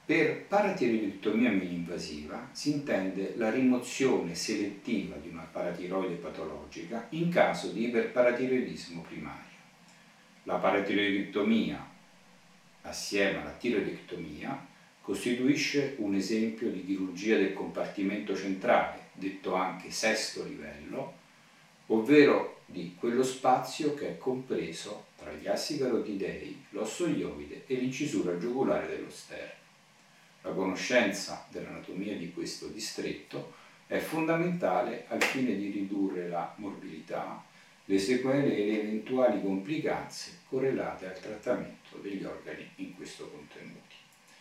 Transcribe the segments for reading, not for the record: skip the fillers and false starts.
Per paratiroidectomia mini-invasiva si intende la rimozione selettiva di una paratiroide patologica in caso di iperparatiroidismo primario. La paratiroidectomia assieme alla tiroidectomia costituisce un esempio di chirurgia del compartimento centrale, detto anche sesto livello, ovvero di quello spazio che è compreso tra gli assi carotidei, l'osso ilioide e l'incisura giugulare dello sterno. La conoscenza dell'anatomia di questo distretto è fondamentale al fine di ridurre la morbilità, le sequele e le eventuali complicanze correlate al trattamento degli organi in questo contenuti.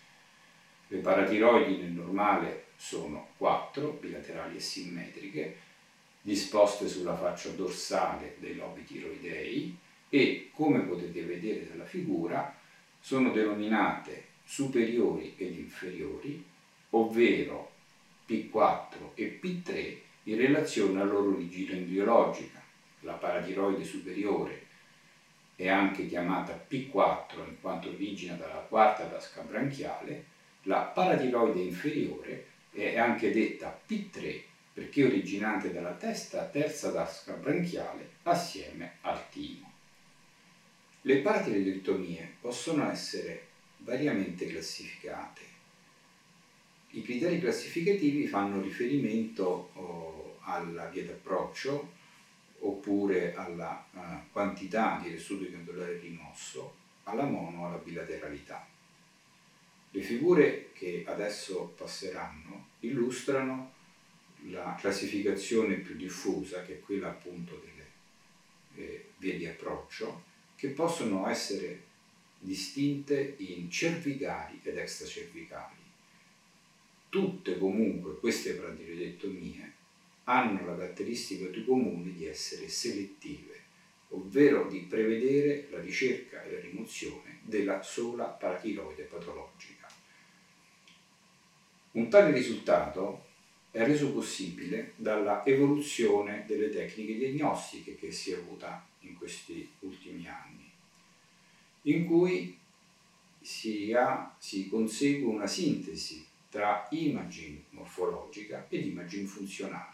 Le paratiroidi nel normale sono 4, bilaterali e simmetriche, disposte sulla faccia dorsale dei lobi tiroidei e, come potete vedere dalla figura, sono denominate superiori ed inferiori, ovvero P4 e P3 in relazione alla loro origine embriologica. La paratiroide superiore è anche chiamata P4 in quanto origina dalla quarta tasca branchiale, la paratiroide inferiore è anche detta P3 perché è originante dalla terza tasca branchiale assieme al timo. Le paratiroidectomie possono essere variamente classificate. I criteri classificativi fanno riferimento alla via d'approccio oppure alla quantità di residuo glandolare rimosso, alla mono o alla bilateralità. Le figure che adesso passeranno illustrano la classificazione più diffusa, che è quella appunto delle vie di approccio, che possono essere distinte in cervicali ed extracervicali. Tutte comunque queste paratiroidectomie hanno la caratteristica più comune di essere selettive, ovvero di prevedere la ricerca e la rimozione della sola paratiroide patologica. Un tale risultato è reso possibile dalla evoluzione delle tecniche diagnostiche che si è avuta in questi ultimi anni, in cui si consegue una sintesi tra imaging morfologica ed imaging funzionale.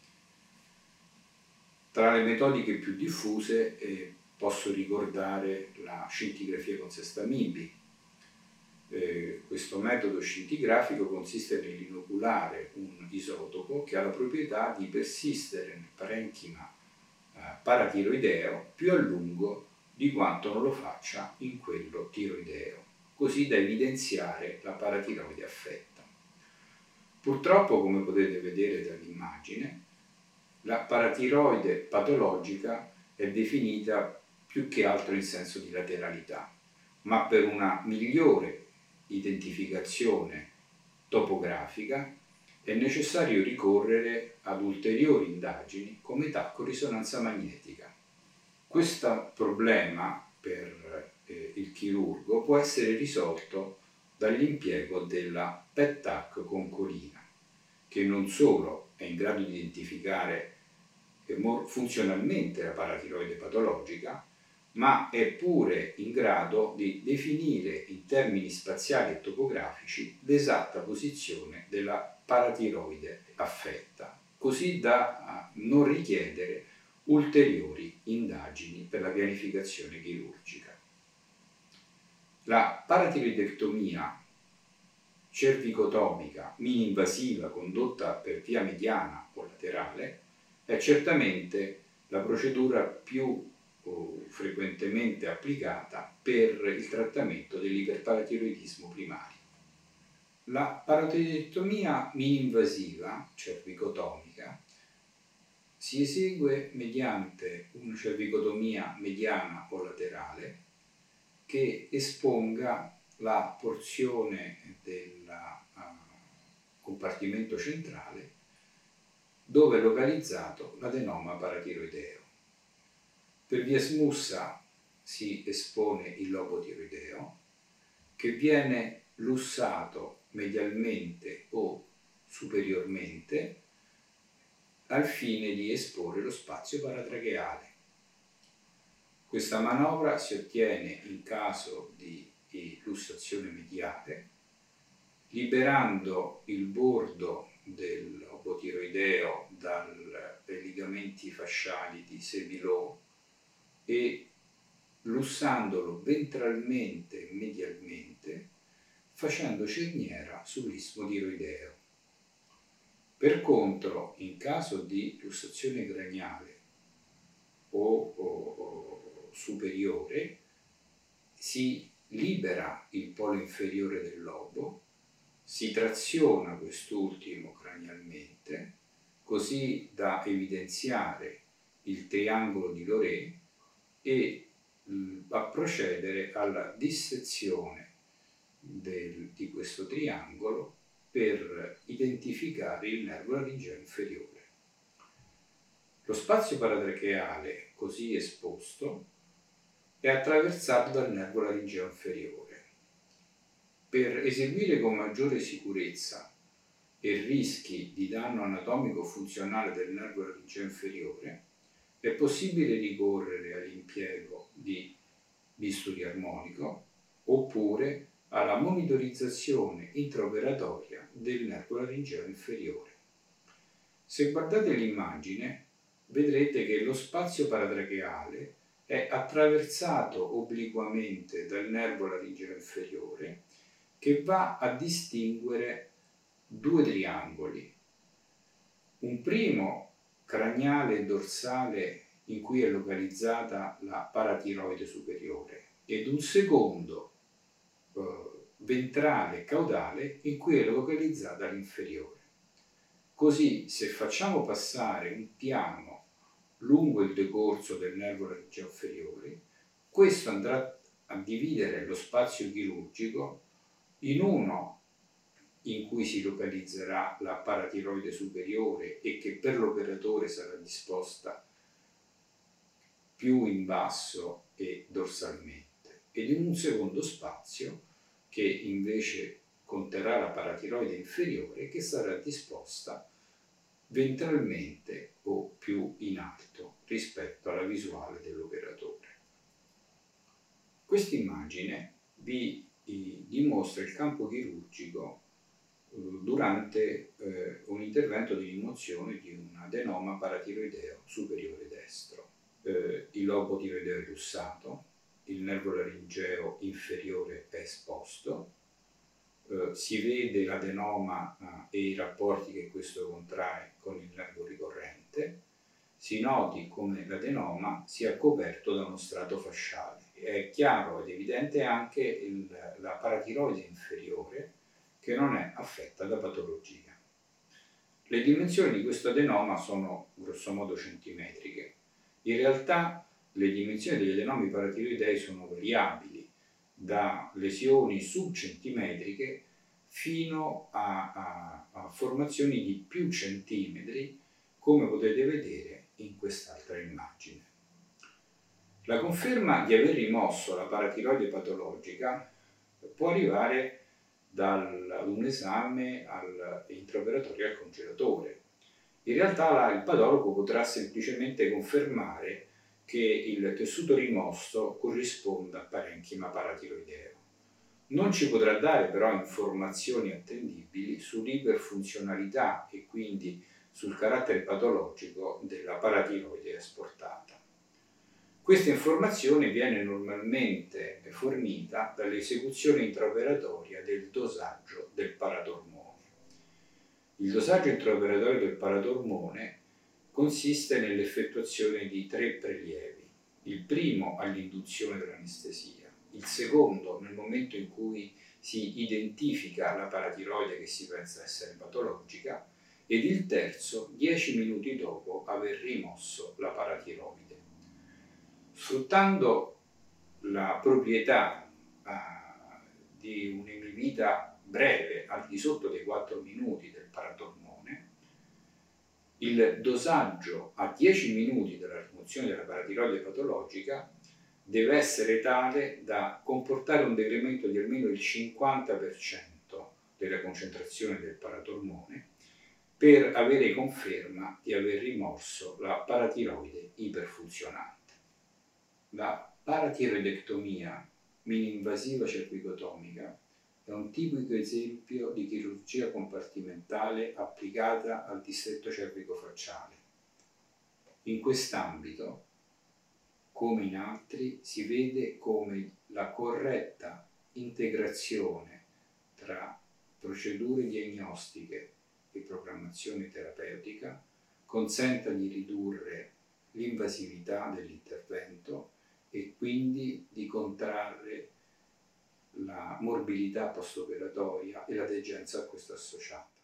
Tra le metodiche più diffuse posso ricordare la scintigrafia con sestamibi. Questo metodo scintigrafico consiste nell'inoculare un isotopo che ha la proprietà di persistere nel parenchima paratiroideo più a lungo di quanto non lo faccia in quello tiroideo, così da evidenziare la paratiroide affetta. Purtroppo, come potete vedere dall'immagine, la paratiroide patologica è definita più che altro in senso di lateralità, ma per una migliore identificazione topografica è necessario ricorrere ad ulteriori indagini come TAC o risonanza magnetica. Questo problema per il chirurgo può essere risolto dall'impiego della PET-TAC con colina, che non solo è in grado di identificare funzionalmente la paratiroide patologica, ma è pure in grado di definire in termini spaziali e topografici l'esatta posizione della paratiroide affetta, così da non richiedere ulteriori indagini per la pianificazione chirurgica. La paratiroidectomia cervicotomica mini-invasiva condotta per via mediana o laterale è certamente la procedura più frequentemente applicata per il trattamento dell'iperparatiroidismo primario. La paratiroidectomia mini-invasiva cervicotomica si esegue mediante una cervicotomia mediana o laterale che esponga la porzione del compartimento centrale dove è localizzato l'adenoma paratiroideo. Per via smussa si espone il lobo tiroideo, che viene lussato medialmente o superiormente al fine di esporre lo spazio paratracheale. Questa manovra si ottiene in caso di lussazione mediale liberando il bordo del lobo tiroideo dai legamenti fasciali di Sebilot e lussandolo ventralmente e medialmente, facendo cerniera sull'istmo tiroideo. Per contro, in caso di lussazione craniale o superiore, si libera il polo inferiore del lobo, si traziona quest'ultimo cranialmente, così da evidenziare il triangolo di Loré e a procedere alla dissezione di questo triangolo per identificare il nervo laringeo inferiore. Lo spazio paratracheale così esposto è attraversato dal nervo laringeo inferiore. Per eseguire con maggiore sicurezza e rischi di danno anatomico funzionale del nervo laringeo inferiore, è possibile ricorrere all'impiego di bisturi armonico oppure alla monitorizzazione intraoperatoria del nervo laringeo inferiore. Se guardate l'immagine, vedrete che lo spazio paratracheale è attraversato obliquamente dal nervo laringeo inferiore, che va a distinguere due triangoli. Un primo craniale e dorsale in cui è localizzata la paratiroide superiore ed un secondo ventrale e caudale in cui è localizzata l'inferiore. Così, se facciamo passare un piano lungo il decorso del nervo laringeo inferiore, questo andrà a dividere lo spazio chirurgico in uno in cui si localizzerà la paratiroide superiore e che per l'operatore sarà disposta più in basso e dorsalmente, ed in un secondo spazio che invece conterrà la paratiroide inferiore, che sarà disposta ventralmente o più in alto rispetto alla visuale dell'operatore. Questa immagine vi dimostra il campo chirurgico durante un intervento di rimozione di un adenoma paratiroideo superiore destro. Il lobo tiroideo è lussato, il nervo laringeo inferiore è esposto, si vede l'adenoma e i rapporti che questo contrae con il nervo ricorrente. Si noti come l'adenoma sia coperto da uno strato fasciale. È chiaro ed evidente anche la paratiroide inferiore, che non è affetta da patologia. Le dimensioni di questo adenoma sono grossomodo centimetriche. In realtà le dimensioni degli adenomi paratiroidei sono variabili, da lesioni subcentimetriche fino a formazioni di più centimetri, come potete vedere in quest'altra immagine. La conferma di aver rimosso la paratiroide patologica può arrivare ad un esame intraoperatorio al congelatore. In realtà il patologo potrà semplicemente confermare che il tessuto rimosso corrisponda a parenchima paratiroideo. Non ci potrà dare però informazioni attendibili sull'iperfunzionalità e quindi sul carattere patologico della paratiroide asportata. Questa informazione viene normalmente fornita dall'esecuzione intraoperatoria del dosaggio del paratormone. Il dosaggio intraoperatorio del paratormone consiste nell'effettuazione di 3 prelievi. Il primo all'induzione dell'anestesia, il secondo nel momento in cui si identifica la paratiroide che si pensa essere patologica ed il terzo 10 minuti dopo aver rimosso la paratiroide. Sfruttando la proprietà di un'emivita breve al di sotto dei 4 minuti del paratormone, il dosaggio a 10 minuti della rimozione della paratiroide patologica deve essere tale da comportare un decremento di almeno il 50% della concentrazione del paratormone per avere conferma di aver rimosso la paratiroide iperfunzionante. La paratiroidectomia mini-invasiva cervicotomica è un tipico esempio di chirurgia compartimentale applicata al distretto cervico-facciale. In quest'ambito, come in altri, si vede come la corretta integrazione tra procedure diagnostiche e programmazione terapeutica consenta di ridurre l'invasività dell'intervento e quindi di contrarre la morbilità post-operatoria e la degenza a questo associata.